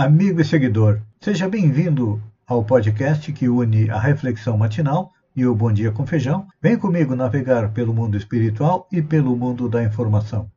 Amigo e seguidor, seja bem-vindo ao podcast que une a reflexão matinal e o Bom Dia com Feijão. Vem comigo navegar pelo mundo espiritual e pelo mundo da informação.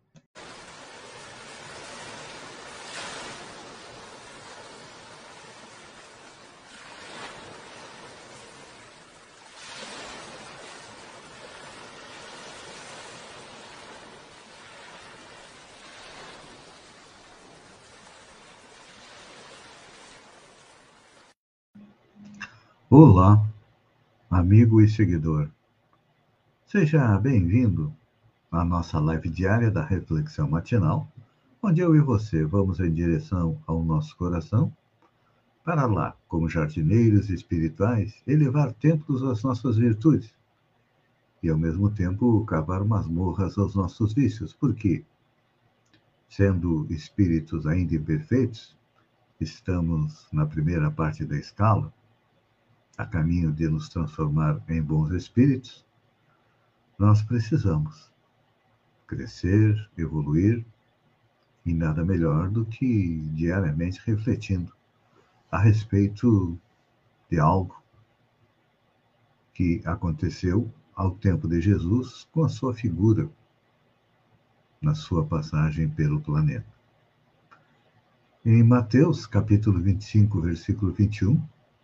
Olá, amigo e seguidor. Seja bem-vindo à nossa live diária da reflexão matinal, onde eu e você vamos em direção ao nosso coração para lá, como jardineiros espirituais, elevar templos às nossas virtudes e, ao mesmo tempo, cavar masmorras aos nossos vícios, porque, sendo espíritos ainda imperfeitos, estamos na primeira parte da escala, a caminho de nos transformar em bons espíritos. Nós precisamos crescer, evoluir, e nada melhor do que diariamente refletindo a respeito de algo que aconteceu ao tempo de Jesus com a sua figura na sua passagem pelo planeta. Em Mateus, capítulo 25, versículo 21,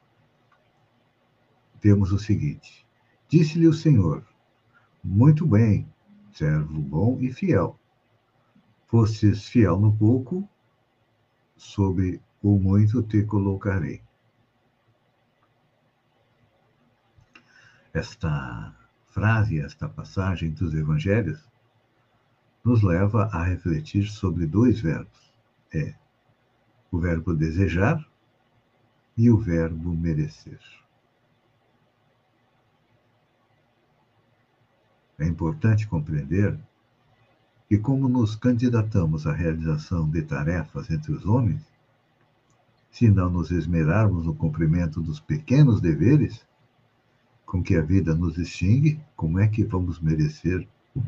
temos o seguinte: Disse-lhe o Senhor: Muito bem, servo bom e fiel. Fostes fiel no pouco, sobre o muito te colocarei. Esta frase, esta passagem dos evangelhos, nos leva a refletir sobre dois verbos. O verbo desejar e o verbo merecer. É importante compreender que, como nos candidatamos à realização de tarefas entre os homens, se não nos esmerarmos no cumprimento dos pequenos deveres com que a vida nos extingue, como é que vamos merecer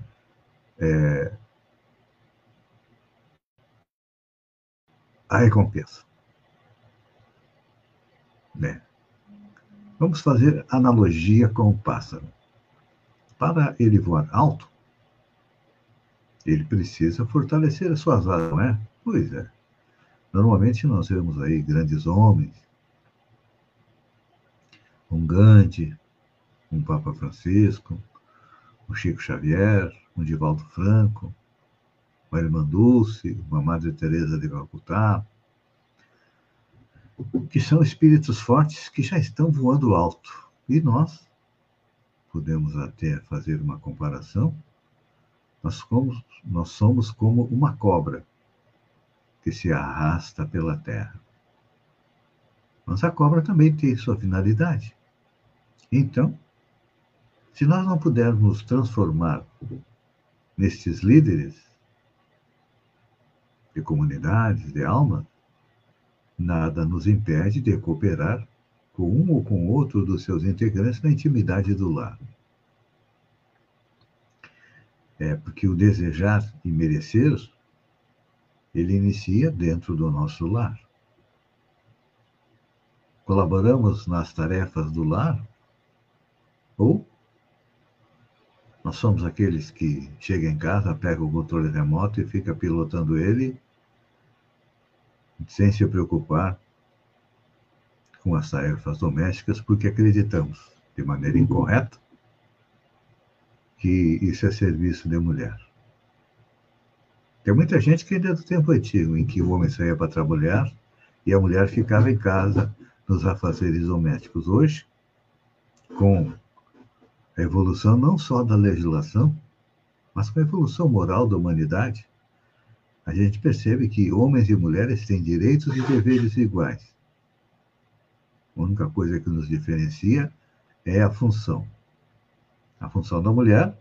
a recompensa? Né? Vamos fazer analogia com o pássaro. Para ele voar alto, ele precisa fortalecer as suas asas, não é? Pois é. Normalmente nós vemos aí grandes homens, um Gandhi, um Papa Francisco, um Chico Xavier, um Divaldo Franco, uma Irmã Dulce, uma Madre Teresa de Calcutá, que são espíritos fortes que já estão voando alto. E nós podemos até fazer uma comparação. Nós somos como uma cobra que se arrasta pela terra. Mas a cobra também tem sua finalidade. Então, se nós não pudermos nos transformar nestes líderes de comunidades, de almas, nada nos impede de cooperar com um ou com outro dos seus integrantes na intimidade do lar. Porque o desejar e merecer, ele inicia dentro do nosso lar. Colaboramos nas tarefas do lar? Ou nós somos aqueles que chegam em casa, pegam o controle remoto e fica pilotando ele sem se preocupar com as tarefas domésticas, porque acreditamos, de maneira incorreta, que isso é serviço de mulher. Tem muita gente que ainda é do tempo antigo, em que o homem saía para trabalhar e a mulher ficava em casa nos afazeres domésticos. Hoje, com a evolução não só da legislação, mas com a evolução moral da humanidade, a gente percebe que homens e mulheres têm direitos e deveres iguais. A única coisa que nos diferencia é a função. A função da mulher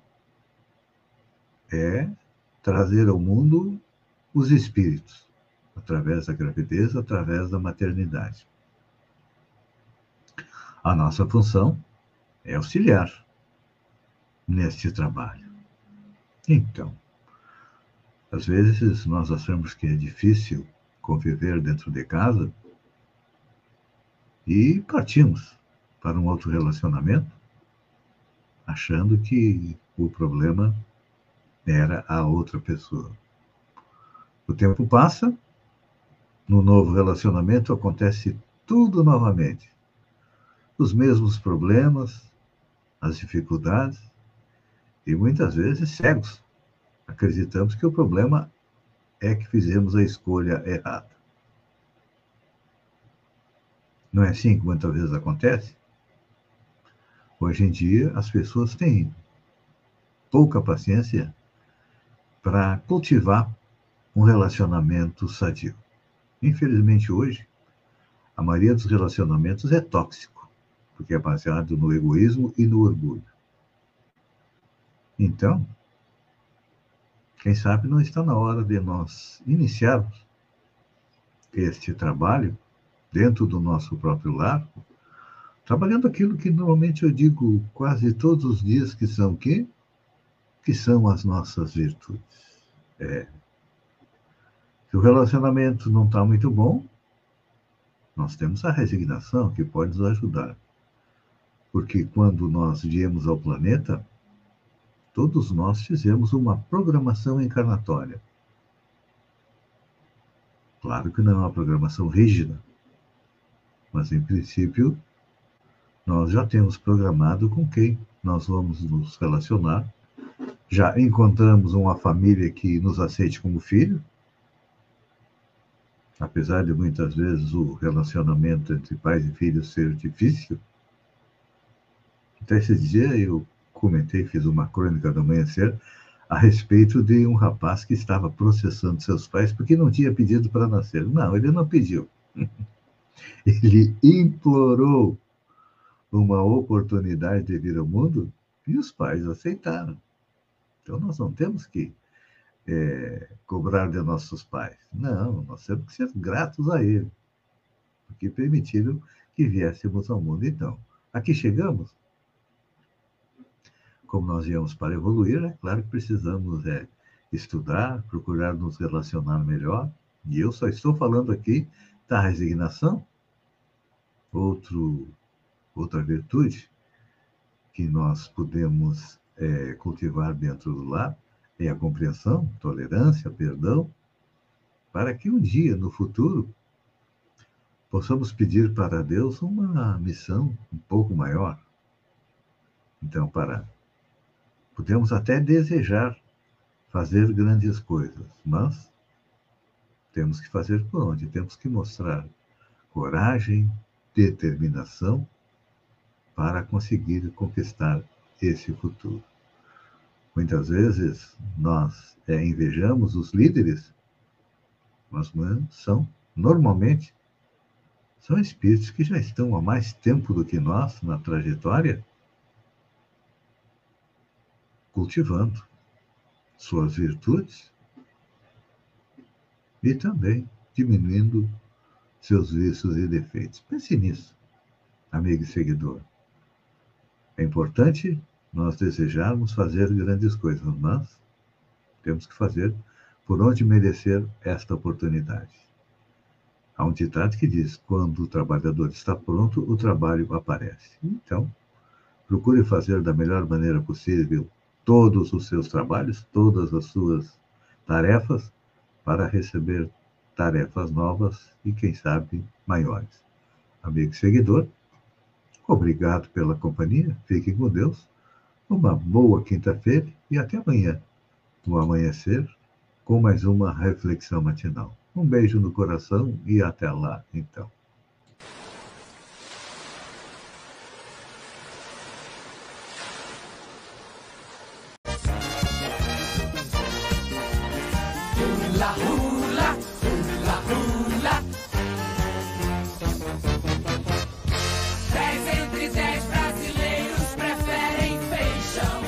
é trazer ao mundo os espíritos, através da gravidez, através da maternidade. A nossa função é auxiliar neste trabalho. Então, às vezes nós achamos que é difícil conviver dentro de casa e partimos para um outro relacionamento, achando que o problema era a outra pessoa. O tempo passa, no novo relacionamento acontece tudo novamente. Os mesmos problemas, as dificuldades e muitas vezes cegos. Acreditamos que o problema é que fizemos a escolha errada. Não é assim que muitas vezes acontece? Hoje em dia, as pessoas têm pouca paciência para cultivar um relacionamento sadio. Infelizmente, hoje, a maioria dos relacionamentos é tóxico, porque é baseado no egoísmo e no orgulho. Então, quem sabe não está na hora de nós iniciarmos este trabalho dentro do nosso próprio lar, trabalhando aquilo que normalmente eu digo quase todos os dias, que são o quê? Que são as nossas virtudes. Se o relacionamento não está muito bom, nós temos a resignação que pode nos ajudar. Porque quando nós viemos ao planeta, todos nós fizemos uma programação encarnatória. Claro que não é uma programação rígida, mas em princípio nós já temos programado com quem nós vamos nos relacionar. Já encontramos uma família que nos aceite como filho, apesar de muitas vezes o relacionamento entre pais e filhos ser difícil. Até esse dia eu comentei, fiz uma crônica do Amanhecer a respeito de um rapaz que estava processando seus pais porque não tinha pedido para nascer. Não, ele não pediu. Ele implorou uma oportunidade de vir ao mundo e os pais aceitaram. Então nós não temos que cobrar de nossos pais. Não, nós temos que ser gratos a eles, porque permitiram que viéssemos ao mundo. Então, aqui chegamos. Como nós viemos para evoluir, é claro que precisamos estudar, procurar nos relacionar melhor. E eu só estou falando aqui da resignação, outra virtude que nós podemos cultivar dentro do lar é a compreensão, tolerância, perdão, para que um dia, no futuro, possamos pedir para Deus uma missão um pouco maior. Então, podemos até desejar fazer grandes coisas, mas temos que fazer por onde? Temos que mostrar coragem, determinação para conseguir conquistar esse futuro. Muitas vezes nós invejamos os líderes, mas normalmente são espíritos que já estão há mais tempo do que nós na trajetória, cultivando suas virtudes e também diminuindo seus vícios e defeitos. Pense nisso, amigo e seguidor. É importante nós desejarmos fazer grandes coisas, mas temos que fazer por onde merecer esta oportunidade. Há um ditado que diz: quando o trabalhador está pronto, o trabalho aparece. Então, procure fazer da melhor maneira possível todos os seus trabalhos, todas as suas tarefas, para receber tarefas novas e, quem sabe, maiores. Amigo e seguidor, obrigado pela companhia, fiquem com Deus, uma boa quinta-feira e até amanhã, no amanhecer, com mais uma reflexão matinal. Um beijo no coração e até lá, então. Hula, hula, hula, hula. 10 entre 10 brasileiros preferem feijão.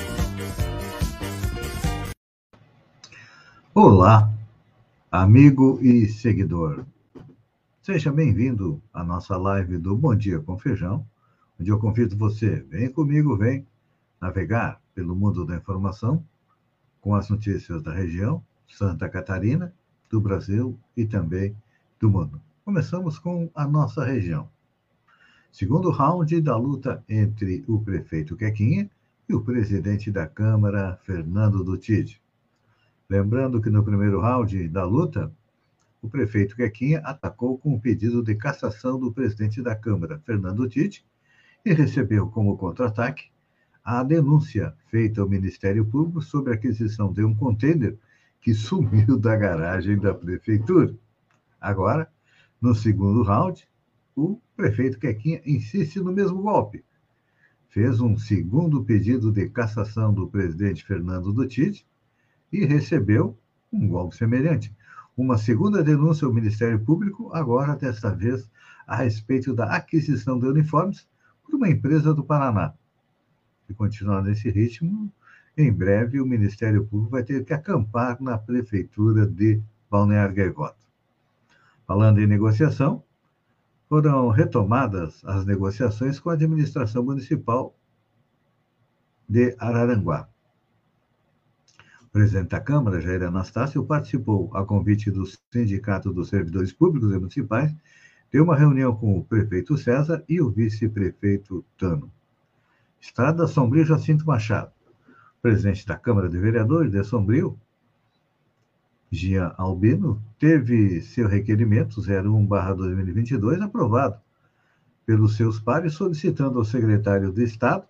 Olá, amigo e seguidor. Seja bem-vindo à nossa live do Bom Dia com Feijão, onde eu convido você, vem comigo, vem navegar pelo mundo da informação com as notícias da região, Santa Catarina, do Brasil e também do mundo. Começamos com a nossa região. Segundo round da luta entre o prefeito Quequinha e o presidente da Câmara, Fernando Duttide. Lembrando que no primeiro round da luta, o prefeito Quequinha atacou com um pedido de cassação do presidente da Câmara, Fernando Duttide, e recebeu como contra-ataque a denúncia feita ao Ministério Público sobre a aquisição de um contêiner que sumiu da garagem da prefeitura. Agora, no segundo round, o prefeito Quequinha insiste no mesmo golpe. Fez um segundo pedido de cassação do presidente Fernando Duttide e recebeu um golpe semelhante. Uma segunda denúncia ao Ministério Público, agora, desta vez, a respeito da aquisição de uniformes por uma empresa do Paraná. E continuar nesse ritmo, em breve o Ministério Público vai ter que acampar na prefeitura de Balneário Gaivota. Falando em negociação, foram retomadas as negociações com a administração municipal de Araranguá. O presidente da Câmara, Jair Anastácio, participou, a convite do Sindicato dos Servidores Públicos e Municipais, de uma reunião com o prefeito César e o vice-prefeito Tano. Estrada Sombrio Jacinto Machado. O presidente da Câmara de Vereadores de Sombrio, Jean Albino, teve seu requerimento 01/2022 aprovado pelos seus pares, solicitando ao secretário de Estado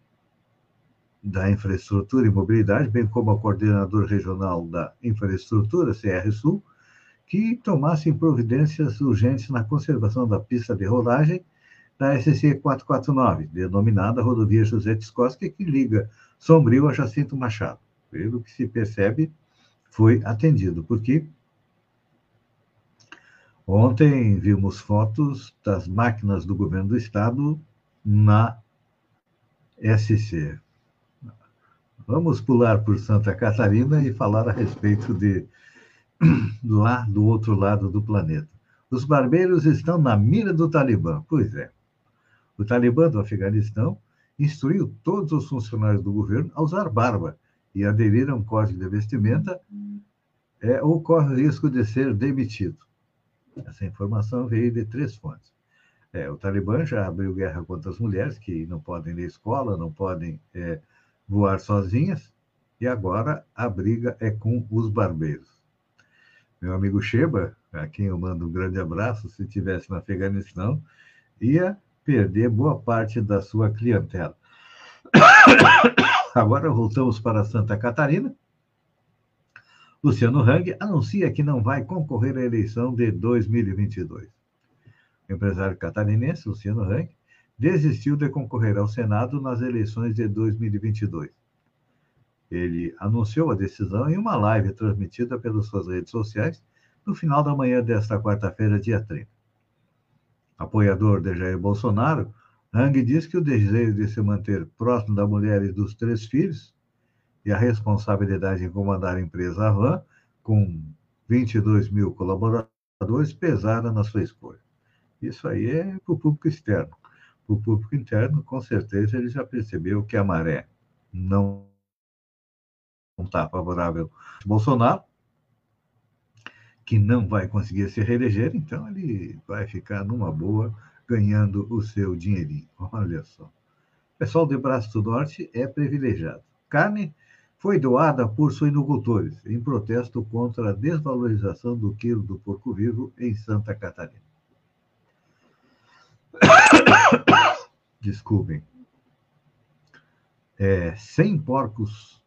da Infraestrutura e Mobilidade, bem como ao coordenador regional da Infraestrutura, CR-Sul, que tomassem providências urgentes na conservação da pista de rodagem da SC 449, denominada Rodovia José Tiscoski, que liga Sombrio a Jacinto Machado. Pelo que se percebe, foi atendido, porque ontem vimos fotos das máquinas do governo do estado na SC. Vamos pular por Santa Catarina e falar a respeito de lá do outro lado do planeta. Os barbeiros estão na mira do Talibã. Pois é. O Talibã do Afeganistão instruiu todos os funcionários do governo a usar barba e aderir a um código de vestimenta ou corre o risco de ser demitido. Essa informação veio de 3 fontes. O Talibã já abriu guerra contra as mulheres, que não podem ir à escola, não podem voar sozinhas, e agora a briga é com os barbeiros. Meu amigo Sheba, a quem eu mando um grande abraço, se estivesse no Afeganistão, ia perder boa parte da sua clientela. Agora voltamos para Santa Catarina. Luciano Hang anuncia que não vai concorrer à eleição de 2022. O empresário catarinense, Luciano Hang, desistiu de concorrer ao Senado nas eleições de 2022. Ele anunciou a decisão em uma live transmitida pelas suas redes sociais no final da manhã desta quarta-feira, dia 30. Apoiador de Jair Bolsonaro, Hang diz que o desejo de se manter próximo da mulher e dos 3 filhos e a responsabilidade em comandar a empresa Avan, com 22 mil colaboradores, pesaram na sua escolha. Isso aí é para o público externo. Para o público interno, com certeza, ele já percebeu que a maré não está favorável a Bolsonaro, que não vai conseguir se reeleger, então ele vai ficar numa boa, ganhando o seu dinheirinho. Olha só. O pessoal de Braço do Norte é privilegiado. Carne foi doada por suinocultores, em protesto contra a desvalorização do quilo do porco vivo em Santa Catarina. Desculpem. 100 porcos,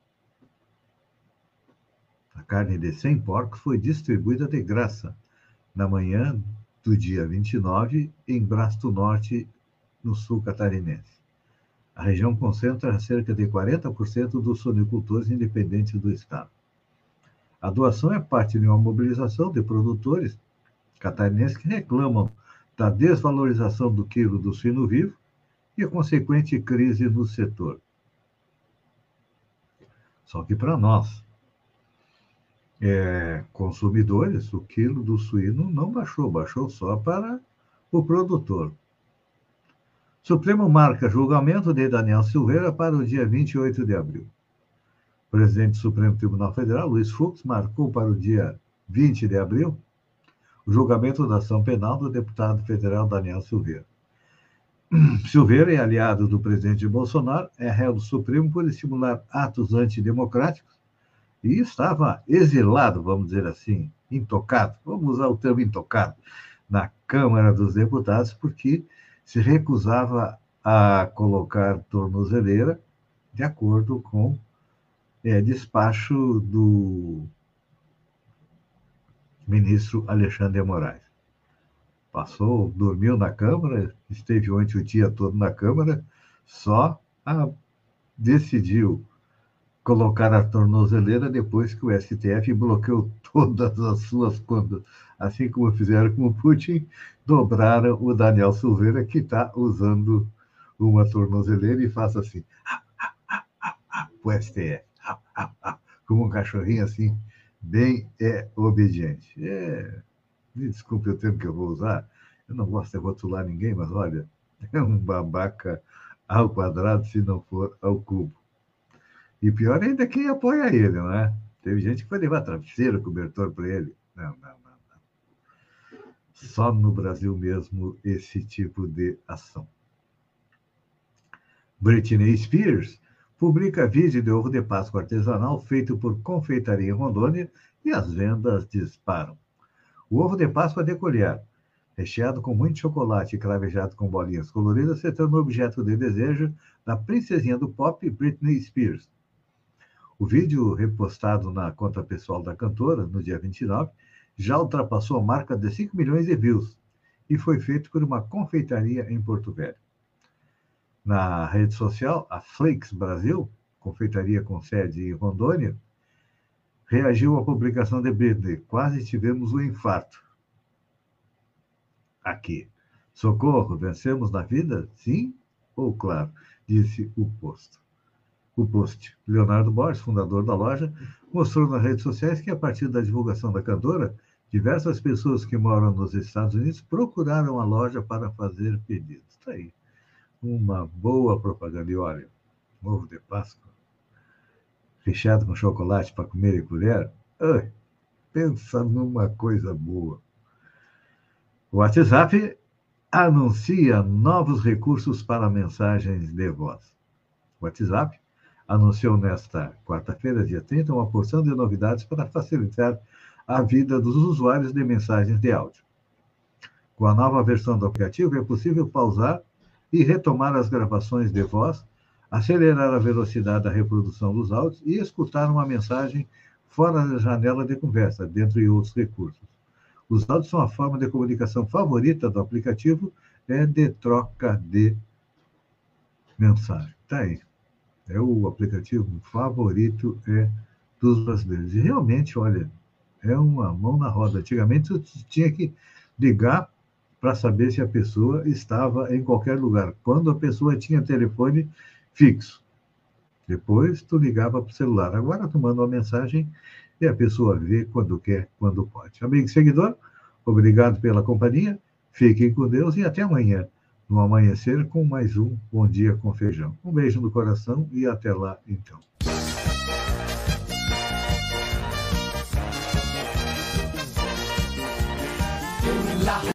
a carne de 100 porcos foi distribuída de graça na manhã do dia 29 em Braço do Norte, no sul catarinense. A região concentra cerca de 40% dos suinocultores independentes do estado. A doação é parte de uma mobilização de produtores catarinenses que reclamam da desvalorização do quilo do suíno vivo e a consequente crise no setor. Só que para nós, consumidores, o quilo do suíno não baixou só para o produtor. Supremo marca julgamento de Daniel Silveira para o dia 28 de abril. O presidente do Supremo Tribunal Federal, Luiz Fux, marcou para o dia 20 de abril, o julgamento da ação penal do deputado federal Daniel Silveira. Silveira é aliado do presidente Bolsonaro, é réu do Supremo por estimular atos antidemocráticos e estava exilado, vamos dizer assim, intocado, vamos usar o termo intocado, na Câmara dos Deputados, porque se recusava a colocar tornozeleira de acordo com despacho do ministro Alexandre de Moraes. Dormiu na Câmara, esteve ontem o dia todo na Câmara, só decidiu colocar a tornozeleira depois que o STF bloqueou todas as suas contas. Assim como fizeram com o Putin, dobraram o Daniel Silveira, que está usando uma tornozeleira e faz assim, o STF, como um cachorrinho assim, bem obediente. Me desculpe o termo que eu vou usar, eu não gosto de rotular ninguém, mas olha, é um babaca ao quadrado, se não for ao cubo. E pior ainda é quem apoia ele, não é? Teve gente que foi levar travesseiro, cobertor para ele. Não. Só no Brasil mesmo esse tipo de ação. Britney Spears publica vídeo de ovo de Páscoa artesanal feito por confeitaria em Rondônia e as vendas disparam. O ovo de Páscoa de colher, recheado com muito chocolate e cravejado com bolinhas coloridas, se tornou objeto de desejo da princesinha do pop, Britney Spears. O vídeo, repostado na conta pessoal da cantora, no dia 29, já ultrapassou a marca de 5 milhões de views e foi feito por uma confeitaria em Porto Velho. Na rede social, a Flakes Brasil, confeitaria com sede em Rondônia, reagiu à publicação de Britney. Quase tivemos um infarto. Aqui. Socorro, vencemos na vida? Sim ou claro? Disse o post. Leonardo Borges, fundador da loja, mostrou nas redes sociais que, a partir da divulgação da cantora, diversas pessoas que moram nos Estados Unidos procuraram a loja para fazer pedidos. Está aí. Uma boa propaganda. E olha, ovo de Páscoa, recheado com chocolate para comer em colher. Pensa numa coisa boa. O WhatsApp anuncia novos recursos para mensagens de voz. O WhatsApp anunciou nesta quarta-feira, dia 30, uma porção de novidades para facilitar a vida dos usuários de mensagens de áudio. Com a nova versão do aplicativo, é possível pausar e retomar as gravações de voz, acelerar a velocidade da reprodução dos áudios e escutar uma mensagem fora da janela de conversa, dentre outros recursos. Os áudios são a forma de comunicação favorita do aplicativo, de troca de mensagem. Está aí. É o aplicativo favorito dos brasileiros. E realmente, olha, é uma mão na roda. Antigamente, você tinha que ligar para saber se a pessoa estava em qualquer lugar, quando a pessoa tinha telefone fixo. Depois, tu ligava para o celular. Agora, tu manda uma mensagem e a pessoa vê quando quer, quando pode. Amigo e seguidor, obrigado pela companhia. Fiquem com Deus e até amanhã, no amanhecer, com mais um Bom Dia com Feijão. Um beijo no coração e até lá, então.